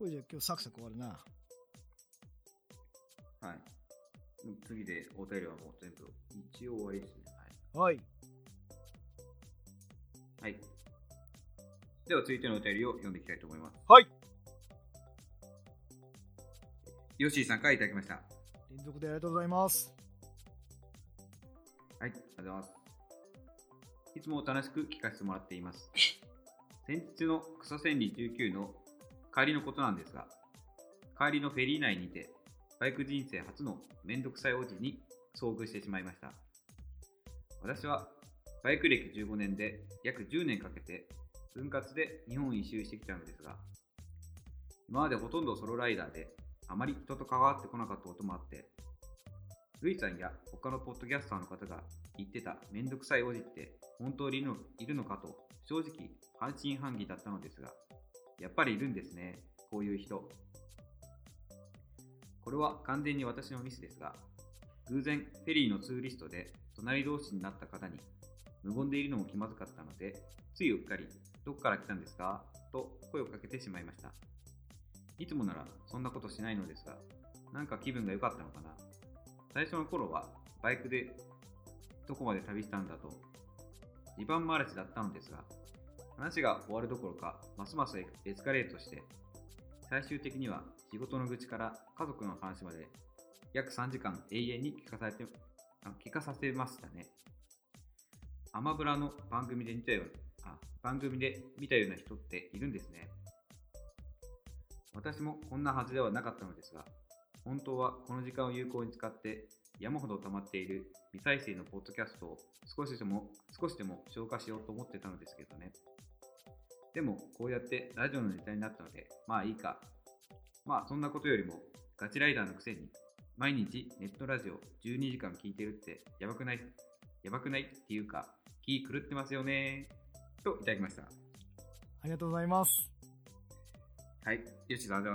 これじゃあ今日サクサク終わるな。 はい。次でお便りはもう全部一応終わりですね。 はい。 はい。では続いてのお便りを読んでいきたいと思います。 はい。 ヨッシーさんからいただきました。 連続でありがとうございます。 はい、ありがとうございます。いつも楽しく聞かせてもらっています。先日の草千里19の帰りのことなんですが、帰りのフェリー内にて、バイク人生初のめんどくさいおじに遭遇してしまいました。私はバイク歴15年で約10年かけて分割で日本一周してきたのですが、今までほとんどソロライダーであまり人と関わってこなかったこともあって、ルイさんや他のポッドキャスターの方が言ってためんどくさいおじって本当にいるのかと正直半信半疑だったのですが、やっぱりいるんですね、こういう人。これは完全に私のミスですが、偶然フェリーのツーリストで隣同士になった方に無言でいるのも気まずかったので、ついうっかりどこから来たんですかと声をかけてしまいました。いつもならそんなことしないのですが、なんか気分が良かったのかな。最初の頃はバイクでどこまで旅したんだと地盤回しだったのですが、話が終わるどころかますますエスカレートして、最終的には仕事の愚痴から家族の話まで約3時間永遠に聞かさせましたね。アマブラの番組で見たような人っているんですね。私もこんなはずではなかったのですが、本当はこの時間を有効に使って山ほど溜まっている未再生のポッドキャストを少しでも消化しようと思ってたのですけどね。でもこうやってラジオのネタになったので、まあいいか。まあそんなことよりもガチライダーのくせに毎日ネットラジオ12時間聞いてるってやばくないっていうか、気狂ってますよねといただきました。 ありがとうございます。 はい、よしさんありがとうございます。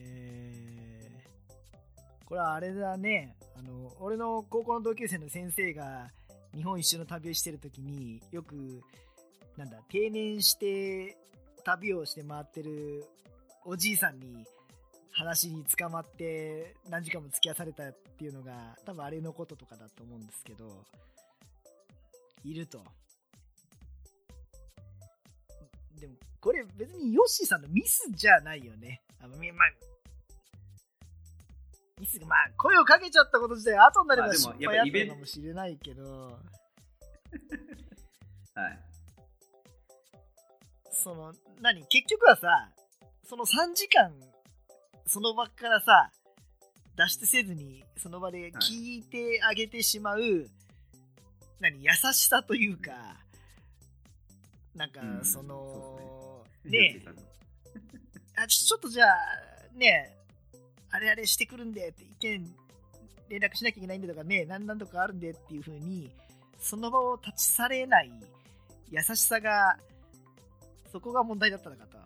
これはあれだね、俺の高校の同級生の先生が日本一周の旅をしてるときによく定年して旅をして回ってるおじいさんに話に捕まって何時間も付き合わされたっていうのが多分あれのこととかだと思うんですけど、いると。でもこれ別にヨッシーさんのミスじゃないよね。ミスが声をかけちゃったこと自体後になれば失敗あったかもしれないけどはい、 結局はさ、その3時間その場からさ脱出せずにその場で聞いてあげてしまう、優しさというか、ちょっとじゃあね、あれしてくるんでって連絡しなきゃいけないんでとかね、何とかあるんでっていう風にその場を立ち去れない優しさが、そこが問題だったのかと。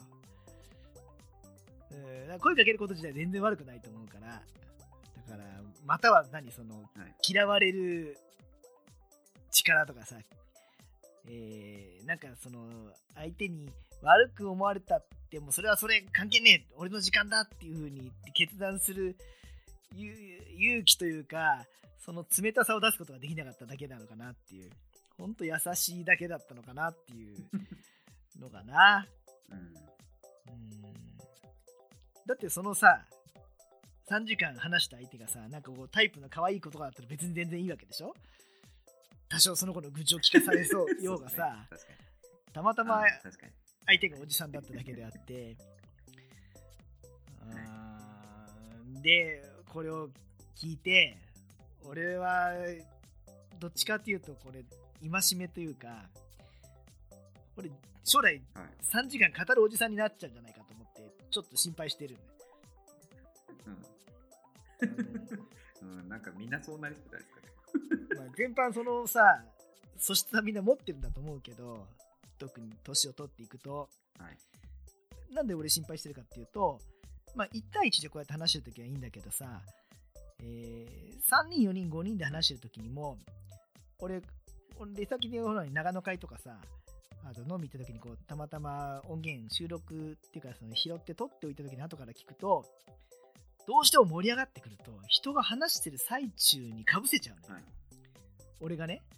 声かけること自体全然悪くないと思うから、だからまたは嫌われる力とかさ、相手に悪く思われたってもそれはそれ関係ねえ、俺の時間だっていう風に決断する勇気というか、その冷たさを出すことができなかっただけなのかなっていう、ほんと優しいだけだったのかなっていうのかな。だってそのさ3時間話した相手がさ、タイプの可愛い子とかだったら別に全然いいわけでしょ。多少その子の愚痴を聞かされそうようがさたまたま相手がおじさんだっただけであって、でこれを聞いて、俺はどっちかっていうとこれ戒めというか、これ将来3時間語るおじさんになっちゃうんじゃないかと思ってちょっと心配してるんで。 みんなそうなりそうですかね。 全般そのさ素質はみんな持ってるんだと思うけど、特に年を取っていくと、なんで俺心配してるかっていうと、1対1でこうやって話してるときはいいんだけどさ、3人4人5人で話してるときにも、俺出先で長野会とかさあと飲み行った時にこうたまたま音源収録っていうかその拾って撮っておいた時に後から聞くとどうしても盛り上がってくると人が話してる最中にかぶせちゃうのよ、俺がね。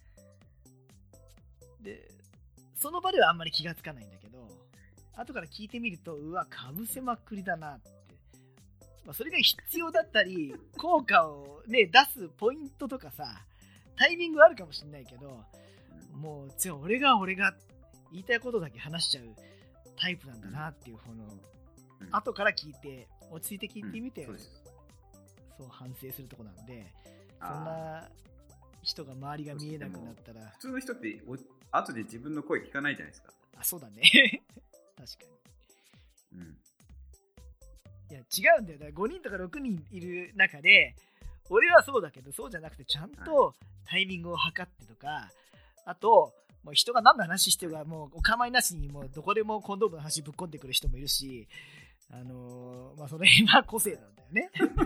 でその場ではあんまり気がつかないんだけど後から聞いてみるとうわかぶせまくりだなって、それが必要だったり効果をね出すポイントとかさタイミングあるかもしれないけどもう俺が言いたいことだけ話しちゃうタイプなんだなっていう後から聞いて落ち着いて聞いてみて、そう反省するとこなんで、そんな人が周りが見えなくなったら普通の人って後で自分の声聞かないじゃないですか。 そうだね確かに、いや違うんだよ。だから5人とか6人いる中で俺はそうだけどそうじゃなくてちゃんとタイミングを測ってとか、あともう人が何の話してるかもうお構いなしにもうどこでもコンドームの話ぶっ込んでくる人もいるし、その辺は個性なんだよね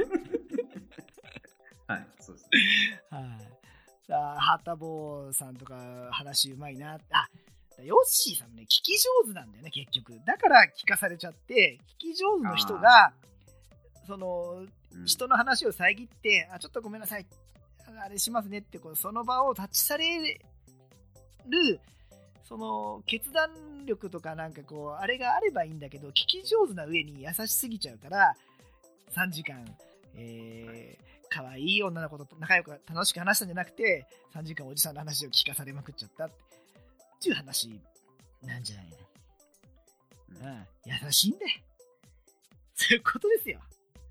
はいそうですね。 ハタボーさんとか話うまいな。ヨッシーさんもね聞き上手なんだよね結局。だから聞かされちゃって聞き上手の人がその人の話を遮ってちょっとごめんなさいあれしますねってその場を立ち去れるその決断力とかなんかあれがあればいいんだけど聞き上手な上に優しすぎちゃうから3時間可愛い女の子と仲良く楽しく話したんじゃなくて3時間おじさんの話を聞かされまくっちゃったっていう話なんじゃないの、優しいんだよそういうことですよ、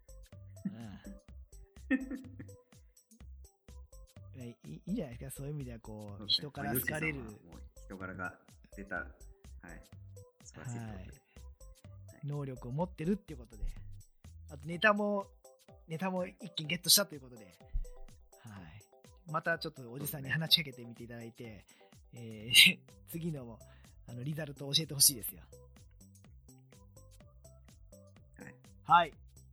いいんじゃないですか。そういう意味では人から好かれる人柄が出た、素晴らしいことで、 能力を持ってるっていうことで、あとネタも一気にゲットしたということで、またちょっとおじさんに話しかけてみていただいて、次のリザルトを教えてほしいですよ。はい。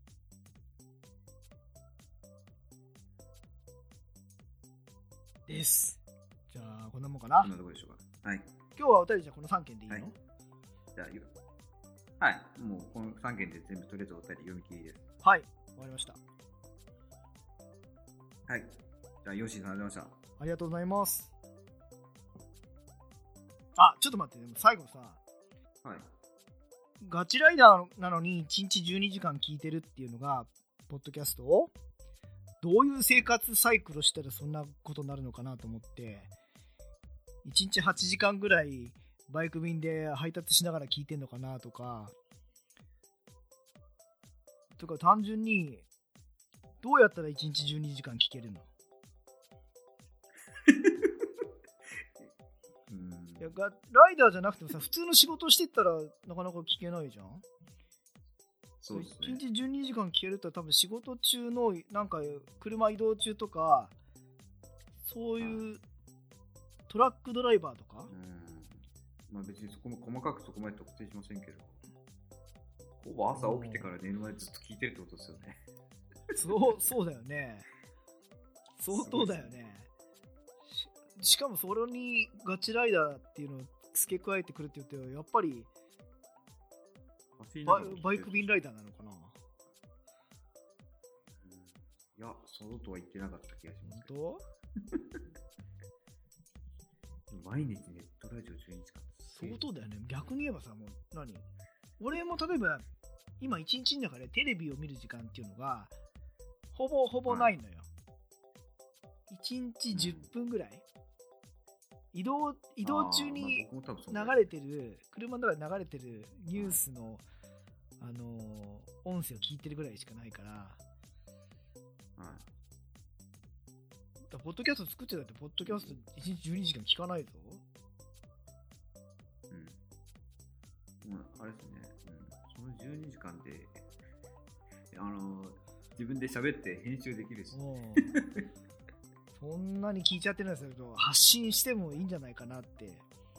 です。じゃあこんなもんかな。 こんなところでしょうか。はい。 今日はお便りじゃこの3件でいいの？ じゃあもうこの3件で全部とりあえずお便り読み切りです。 はい。わかりました。 はい。じゃあヨッシーさんありがとうございました。 ありがとうございます。ちょっと待って、でも最後さ、ガチライダーなのに1日12時間聞いてるっていうのがポッドキャストをどういう生活サイクルをしたらそんなことになるのかなと思って、1日8時間ぐらいバイク便で配達しながら聞いてんのかなとか単純にどうやったら1日12時間聞けるの？いやライダーじゃなくてもさ普通の仕事してったらなかなか聞けないじゃん。 そうですね。 1日12時間聞けると多分仕事中のなんか車移動中とかそういうトラックドライバーとか、 別にそこも細かくそこまで特定しませんけど、ほぼ朝起きてから寝るまでずっと聞いてるってことですよね。 そうだよね。相当だよね。しかもそれにガチライダーっていうのを付け加えてくるって言ってやっぱりバイク便ライダーなのかな。 いや、そうとは言ってなかった気がしますけど。 本当？毎日ネットラジオ12時間相当だよね。逆に言えばさ、もう俺も例えば今1日の中でテレビを見る時間っていうのがほぼないのよ。1日10分ぐらい、移動中に流れてる、車の中で流れてるニュースの音声を聞いてるぐらいしかないから、ポッドキャスト作ってたってポッドキャスト1日12時間聞かないぞ。 あれですね、その12時間で自分で喋って編集できるしそんなに聞いちゃってるんですけど発信してもいいんじゃないかなって、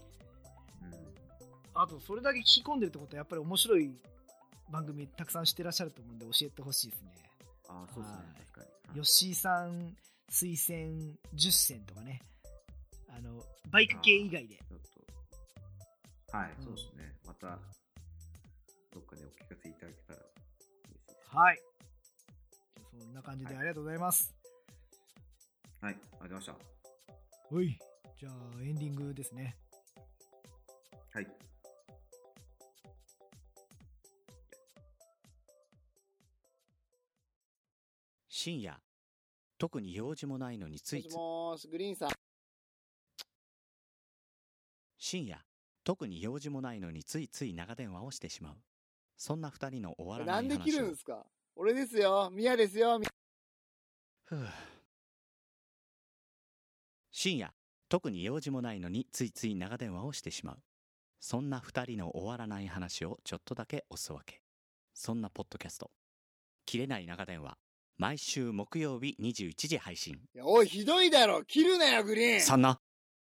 あとそれだけ聞き込んでるってことはやっぱり面白い番組たくさんしてらっしゃると思うんで教えてほしいですね。 そうですね、確かに。 吉井さん推薦10選とかね、バイク系以外ではい、そうですね。また、どっかでお聞かせいただけたら嬉しいです。 はい。そんな感じでありがとうございます。 はい、ありがとうございました。 はい。じゃあ、エンディングですね。 はい。 深夜、特に用事もないのについつい。 もしもーし、グリーンさん。 深夜、特に用事もないのについつい長電話をしてしまう。そんな二人の終わらなないんで切話を。 るんですか？俺ですよ、ミヤですよ。 ふう。深夜、特に用事もないのについつい長電話をしてしまう。そんな二人の終わらない話をちょっとだけおすわけ。そんなポッドキャスト、切れない長電話、毎週木曜日21時配信。 いや、おい、ひどいだろ、切るなよ、グリーン。 そんな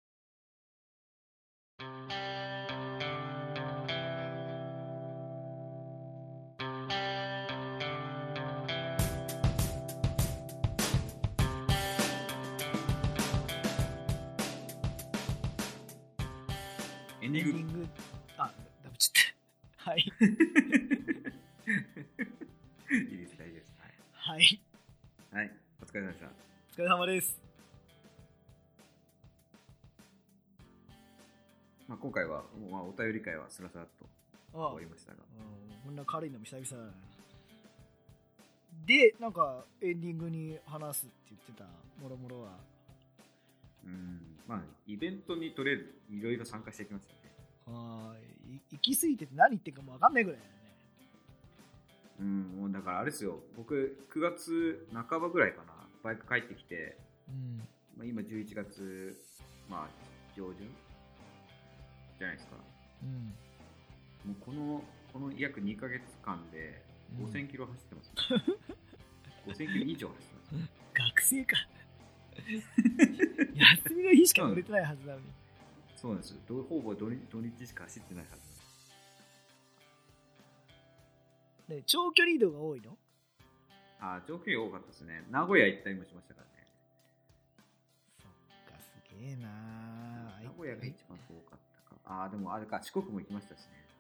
エンディング。 あ、ダブっちゃった。はい。 いいです、大丈夫です。 はい。 はい、お疲れ様でした。 お疲れ様です。 まあ、今回は、お便り会はスラスラっと終わりましたが。 こんな軽いのも久々だな。で、なんかエンディングに話すって言ってたもろもろは。 まあ、イベントにとりあえずいろいろ参加してきましたね。 行き過ぎてて何言ってるかも分かんないぐらいだよね。 もうだからあれですよ、僕9月半ばぐらいかな、バイク帰ってきて、まあ、今11月、まあ、上旬じゃないですか。もうこの約2ヶ月間で5000キロ走ってます、ね。5000キロ以上走ってます。 学生か。休みの日しか乗れてないはずなのに。 そうなんですよ。ほぼ土日しか走ってないはず。 ね、長距離移動が多いの？ 長距離多かったですね。名古屋行ったりもしましたからね。 そっか、すげえな。 名古屋が一番遠かったか。でもあれか、四国も行きましたしね。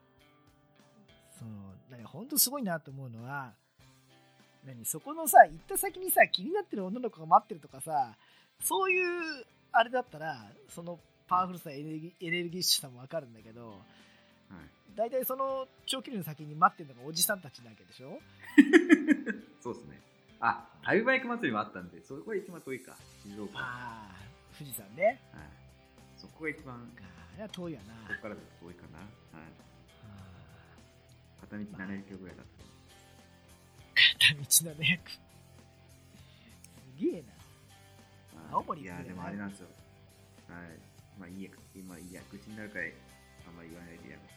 ほんとすごいなと思うのは、そこのさ、行った先にさ、気になってる女の子が待ってるとかさ、そういうあれだったら、そのパワフルさ、エネルギッシュさもわかるんだけど、だいたいその長距離の先に待ってるのがおじさんたちなわけでしょ。 そうですね。旅バイク祭りもあったんで、そこが一番遠いか、静岡。 富士山ね。 そこが一番。 遠いやな。 そこからだと遠いかな。片道700キロぐらいだった。 片道700。すげえな。青森行くね。 いや、でもあれなんですよ。まあいいや、口になるからあんまり言わないでやめます。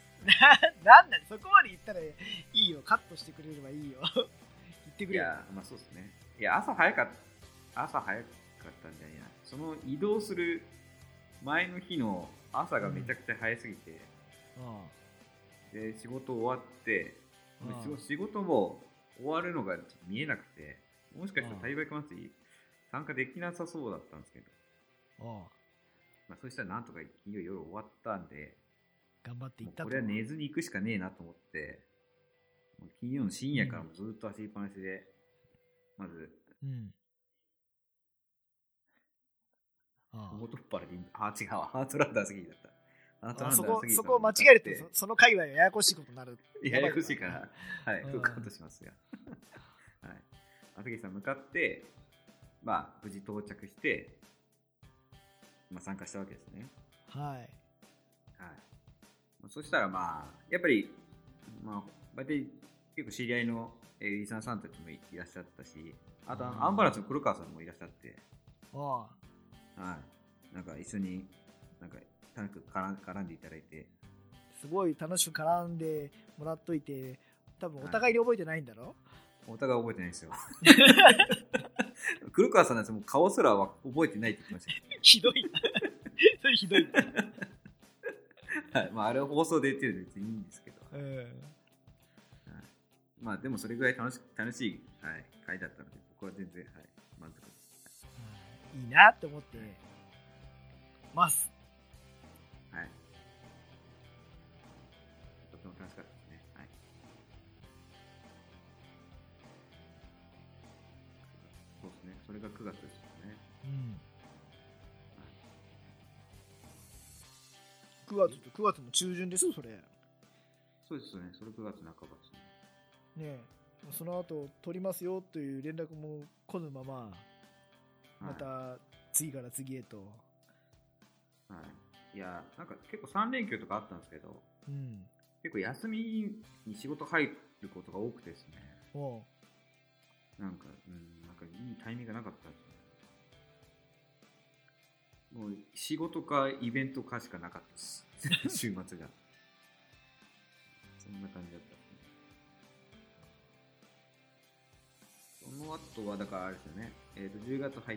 なんだ、そこまで言ったらいいよ、カットしてくれればいいよ。言ってくれよ。 いや、まあそうですね。いや、朝早かったんじゃないな。その移動する前の日の朝がめちゃくちゃ早すぎて、で、仕事終わって、仕事も終わるのが見えなくて、もしかしたら旅バイク祭り参加できなさそうだったんですけど、まあ、そしたらなんとか金曜夜終わったんで、 頑張っていったと。 これは寝ずに行くしかねえなと思って、金曜の深夜からもずっと走りっぱなしで、まず、大突破で違うわ、ハートランダー過ぎだった。 そこを間違えると、その界隈がややこしいことになる。 ややこしいから、はい、フックアウトしますよ。はい。朝日さん向かって、まあ、無事到着して、まあ、参加したわけですね。 はい。 はい。そしたら、まあ、やっぱり、まあ、大体、結構知り合いのリサーさんたちもいらっしゃったし、あと、アンバランスの黒川さんもいらっしゃって、はい。なんか一緒に、なんか、楽しく絡んでいただいて。 すごい楽しく絡んでもらっといて、多分お互いに覚えてないんだろ？ お互い覚えてないですよ。黒川さんなんてもう顔すらは覚えてないって言ってました。 ひどいな。それひどいな。はい。まあ、あれは放送で言ってるんで別にいいんですけど。まあ、でもそれぐらい楽しい、はい、回だったので、僕は全然、はい、満足です。 いいなって思ってます。 はい。 楽しかったですね。はい。そうですね。それが9月ですよね。 うん。9月の中旬ですよ、それ。 そうですね。それ9月半ばですね。 ねえ、その後撮りますよという連絡も来ぬまま、また次から次へと。 はい。いや、なんか結構3連休とかあったんですけど、 うん。 結構休みに仕事入ることが多くてですね。 おう。 なんかいいタイミングがなかったんですよね。もう仕事かイベントかしかなかったです。週末が。そんな感じだったですね。その後はだからあれですよね。10月入って、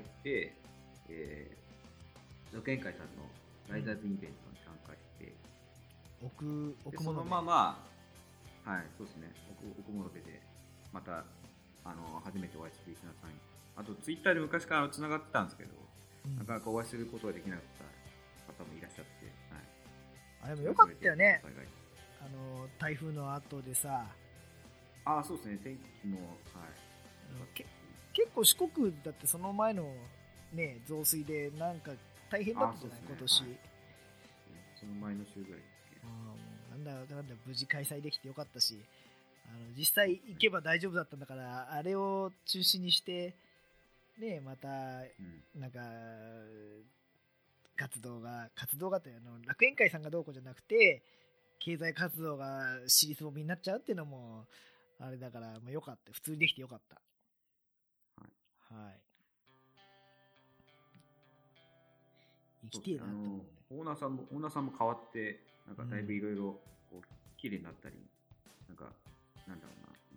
独演会さんのライダーズイベントに参加して、 奥そのまま、はい、そうですね。奥諸部で、また、初めてお会いしてリスナーさんに。あと、ツイッターで昔から繋がってたんですけど、なかなかお会いすることができなかった方もいらっしゃって、はい。 あれもよかったよね。台風の後でさ。 ああ、そうですね。天気も、はい。 結構四国だってその前のね、増水でなんか大変だったじゃない、今年。はい、 その前の週ぐらいですけど。なんだ無事開催できてよかったし、実際行けば大丈夫だったんだから、あれを中止にしてね、また、なんか活動がって楽園会さんがどうこうじゃなくて、経済活動が尻すぼみになっちゃうっていうのもあれだから、まあ、よかった。普通にできてよかった。はい。生きてえなと思うね。 オーナーさんも変わって、なんかだいぶいろいろ綺麗になったり、なんだろうな、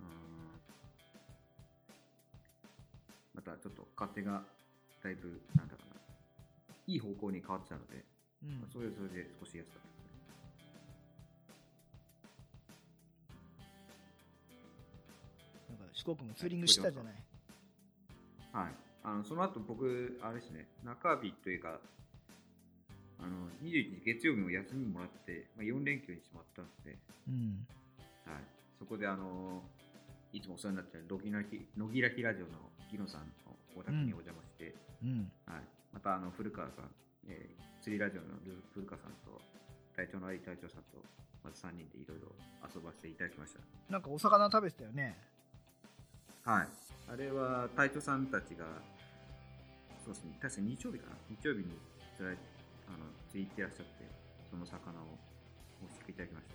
またちょっと勝手がだいぶなんだろうな、いい方向に変わってたので、それで少し安かったですね。 なんか四国もツーリングしたじゃない。 はい。その後僕、あれですね、中日というか、21日月曜日も休みもらって、4連休にしまったので、はい。そこでいつもお世話になっている野木らひラジオのギノさんのお宅にお邪魔して、はい。また古川さん、釣りラジオの古川さんと、隊長の有隊長さんと、まず3人でいろいろ遊ばせていただきました。 なんかお魚食べてたよね。 はい。あれは隊長さんたちが、そうですね、確か日曜日に釣り行ってらっしゃって、その魚をお教えていただきました。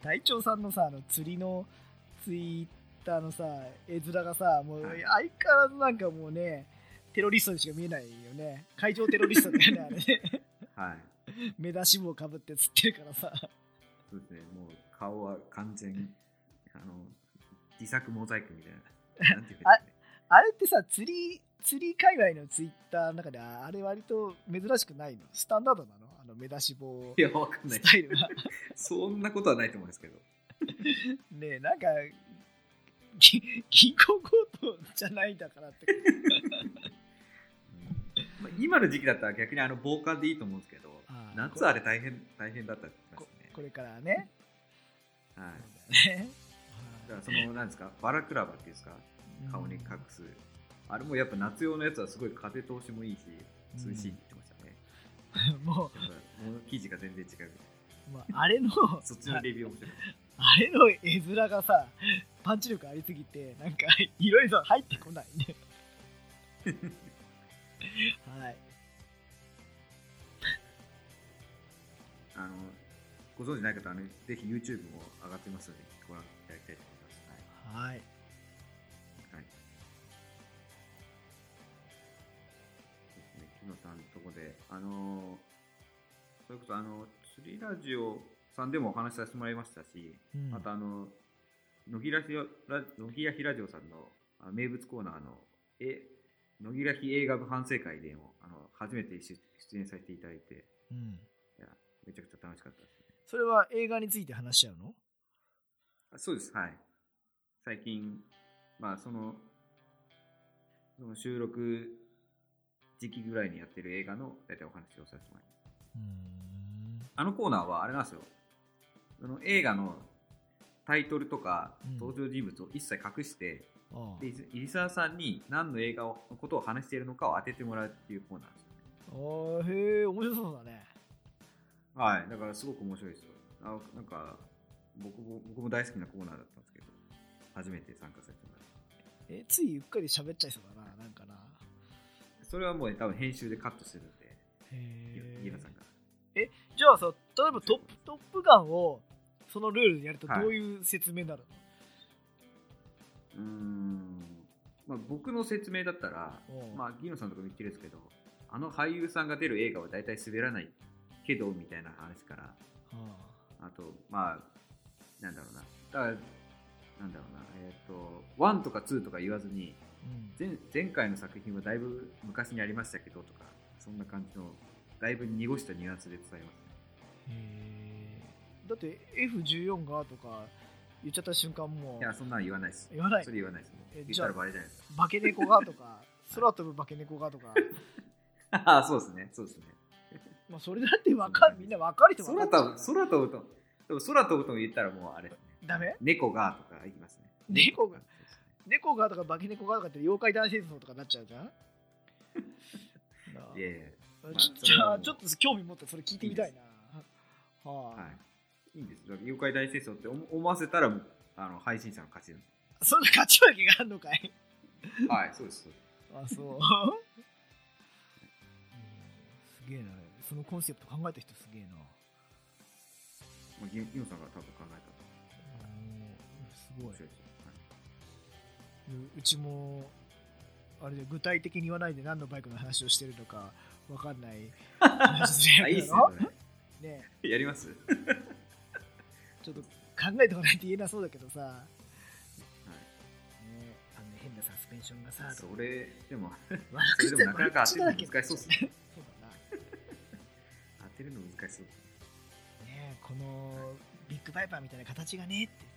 隊長さんのさ、釣りのツイッターのさ、絵面がさ、もう相変わらずなんかもうね、テロリストにしか見えないよね。海上テロリストだよね、あれね。はい。目出し帽かぶって釣ってるからさ。 そうですね、もう顔は完全に、自作モザイクみたいな。なんていうか、ね、 あれってさ、釣り界隈のツイッターの中であれ割と珍しくないの？スタンダードなの？目出し帽いや、わかんない。 スタイルは。 そんなことはないと思うんですけど。 ねえ、なんか、銀行強盗じゃないんだからって。 今の時期だったら逆に防寒でいいと思うんですけど、夏あれ大変だったって言いますね。 これからね。 はい。だからなんですか、バラクラバっていうんですか、顔に隠す。あれもやっぱ夏用のやつはすごい風通しもいいし、涼しいって言ってましたね。 もう生地が全然違う。 あれのそっちのレビュー面白い。 あれの絵面がさ、パンチ力ありすぎて、なんかいろいろ入ってこないね。はい。 ご存知ない方はね、ぜひ YouTube も上がってますので、ご覧いただきたいと思います。 はい。はい。 木野さんのとこで、それこそ釣りラジオさんでもお話しさせてもらいましたし、また野木らひラジオさんの名物コーナーの野木らひ映画部反省会でも初めて出演させていただいて、いやめちゃくちゃ楽しかったですね。 それは映画について話しちゃうの？ そうです、はい。最近、その収録時期ぐらいにやってる映画の大体お話をさせてもらいます。コーナーはあれなんですよ。 その映画のタイトルとかうん登場人物を一切隠して、 ああで入澤さんに何の映画のことを話しているのかを当ててもらうっていうコーナーですよね。 ああ、へえ、面白そうだね。 はい、だからすごく面白いですよ。なんか僕も大好きなコーナーだったんですけど、初めて参加させてもらって。 ついゆっくり喋っちゃいそうだな、なんかな。 それはもう多分編集でカットするんで、 へ家田さんが。 じゃあさ、例えばトップガンをそのルールでやるとどはいういう説明になるまあ、僕の説明だったらの？、 まあ、ギノさんとかも言ってるんですけど、あの俳優さんが出る映画は大体滑らないけどみたいな話から、 はあと、まあ、なんだろうな、だから、なんだろうな、1とか2とか言わずに、前回の作品はだいぶ昔にありましたけどとか、そんな感じの、だいぶ濁したニュアンスで伝えますね。 だって F14 がとか言っちゃった瞬間もいや、そんなの言わないです。 言わないそれ言わないですね。言っじゃあたらバレじゃないですか。 化け猫がとか空飛ぶ化け猫がとかああ、そうですね、そうですね。 まあそれだってみんな分かる人分か空る飛ぶと、でも空飛ぶとも言ったらもうあれですね。 ダメ？ 猫がとか言いますね。 猫がそうですね猫がとか化け猫がとかって妖怪大戦争とかになっちゃうじゃん。なあいやいや、まあじそれはもうゃあちょっと興味持ってそれ聞いてみたいな。 はい。いいんです。妖怪大戦争って思わせたらもう配信者の勝ちなんでそんな勝ち負けがあるのかい？ す。はい、そうです。そうですあ、そう。すげえな。そのコンセプト考えた人すげえな。 まあ、ギノさんが多分考えたと。 すごい面白いですよ。はいうちもあれで具体的に言わないで何のバイクの話をしてるのかわかんない話すあ、 るいいっすね。 のそれねやりますちょっと考えておかないと言えなそうだけどさ、ね、変なサスペンションがさそれ、でも、 悪それでもなかなか当てるの難しそうっすね。 そうだな当てるの難しそうですね。 ねこのビッグバイパーみたいな形がねって